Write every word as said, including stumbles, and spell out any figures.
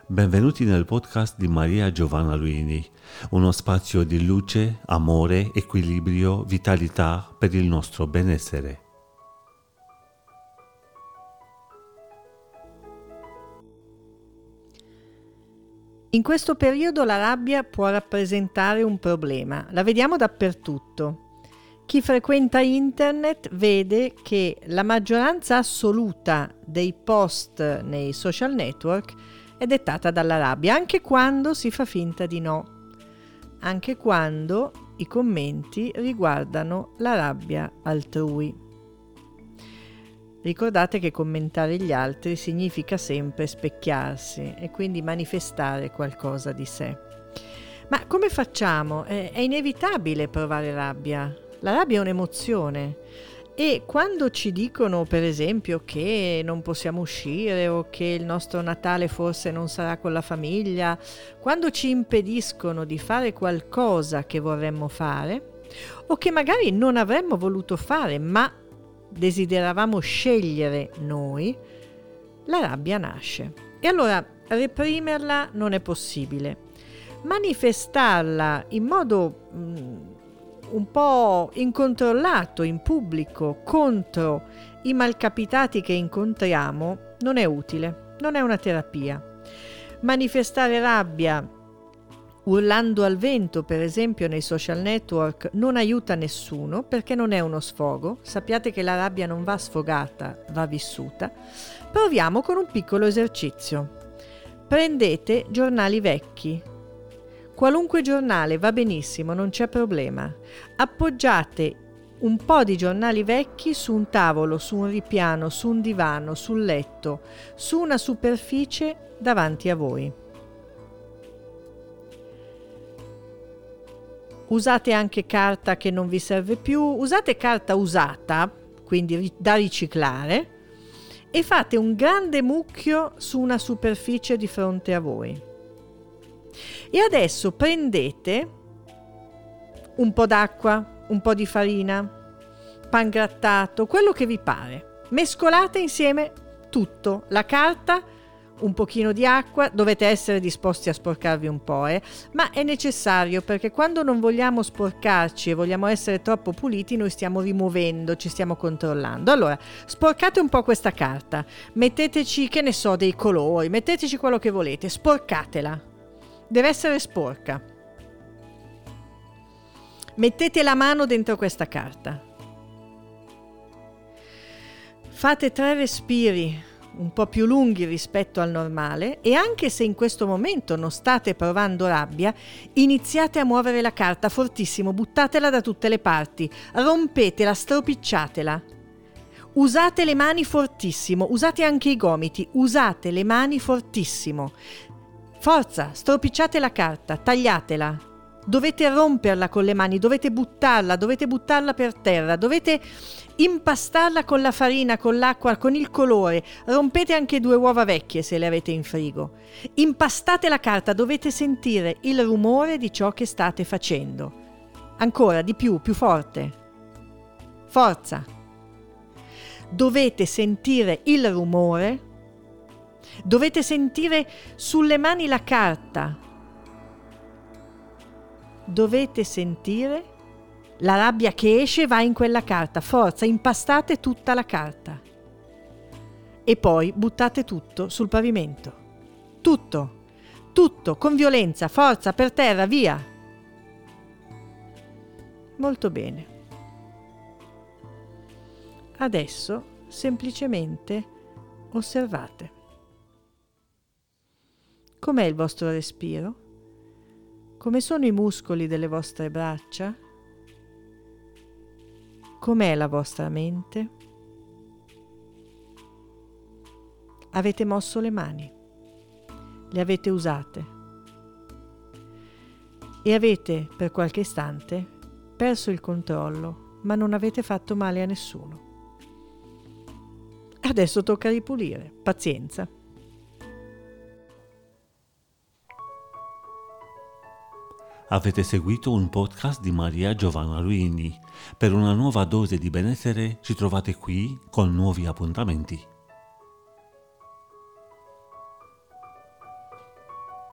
Benvenuti nel podcast di Maria Giovanna Luini, uno spazio di luce, amore, equilibrio, vitalità per il nostro benessere. In questo periodo la rabbia può rappresentare un problema, la vediamo dappertutto. Chi frequenta internet vede che la maggioranza assoluta dei post nei social network è dettata dalla rabbia, anche quando si fa finta di no, anche quando i commenti riguardano la rabbia altrui. Ricordate che commentare gli altri significa sempre specchiarsi e quindi manifestare qualcosa di sé. Ma come facciamo? È, è inevitabile provare rabbia. La rabbia è un'emozione e quando ci dicono, per esempio, che non possiamo uscire o che il nostro Natale forse non sarà con la famiglia, quando ci impediscono di fare qualcosa che vorremmo fare o che magari non avremmo voluto fare ma desideravamo scegliere noi, la rabbia nasce. E allora reprimerla non è possibile. Manifestarla in modo mh, un po' incontrollato in pubblico contro i malcapitati che incontriamo non è utile, non è una terapia. Manifestare rabbia urlando al vento, per esempio nei social network, non aiuta nessuno perché non è uno sfogo. Sappiate che la rabbia non va sfogata, va vissuta. Proviamo con un piccolo esercizio. Prendete giornali vecchi. Qualunque giornale va benissimo, non c'è problema. Appoggiate un po' di giornali vecchi su un tavolo, su un ripiano, su un divano, sul letto, su una superficie davanti a voi. Usate anche carta che non vi serve più, usate carta usata, quindi da riciclare, e fate un grande mucchio su una superficie di fronte a voi. E adesso prendete un po' d'acqua, un po' di farina, pan grattato, quello che vi pare. Mescolate insieme tutto, la carta, un pochino di acqua, dovete essere disposti a sporcarvi un po', eh? Ma è necessario perché quando non vogliamo sporcarci e vogliamo essere troppo puliti, noi stiamo rimuovendo, ci stiamo controllando. Allora, sporcate un po' questa carta, metteteci, che ne so, dei colori, metteteci quello che volete, sporcatela. Deve essere sporca. Mettete la mano dentro questa carta. Fate tre respiri un po' più lunghi rispetto al normale e anche se in questo momento non state provando rabbia, iniziate a muovere la carta fortissimo, buttatela da tutte le parti, rompetela, stropicciatela. Usate le mani fortissimo, usate anche i gomiti, usate le mani fortissimo. Forza, stropicciate la carta, tagliatela. Dovete romperla con le mani, dovete buttarla, dovete buttarla per terra, dovete impastarla con la farina, con l'acqua, con il colore. Rompete anche due uova vecchie se le avete in frigo. Impastate la carta, dovete sentire il rumore di ciò che state facendo. Ancora, di più, più forte. Forza. Dovete sentire il rumore, dovete sentire sulle mani la carta. Dovete sentire la rabbia che esce, va in quella carta. Forza, impastate tutta la carta. E poi buttate tutto sul pavimento. Tutto, tutto, con violenza, forza, per terra, via. Molto bene. Adesso semplicemente osservate. Com'è il vostro respiro? Come sono i muscoli delle vostre braccia? Com'è la vostra mente? Avete mosso le mani, le avete usate e avete per qualche istante perso il controllo, ma non avete fatto male a nessuno. Adesso tocca ripulire, pazienza. Avete seguito un podcast di Maria Giovanna Luini. Per una nuova dose di benessere ci trovate qui con nuovi appuntamenti.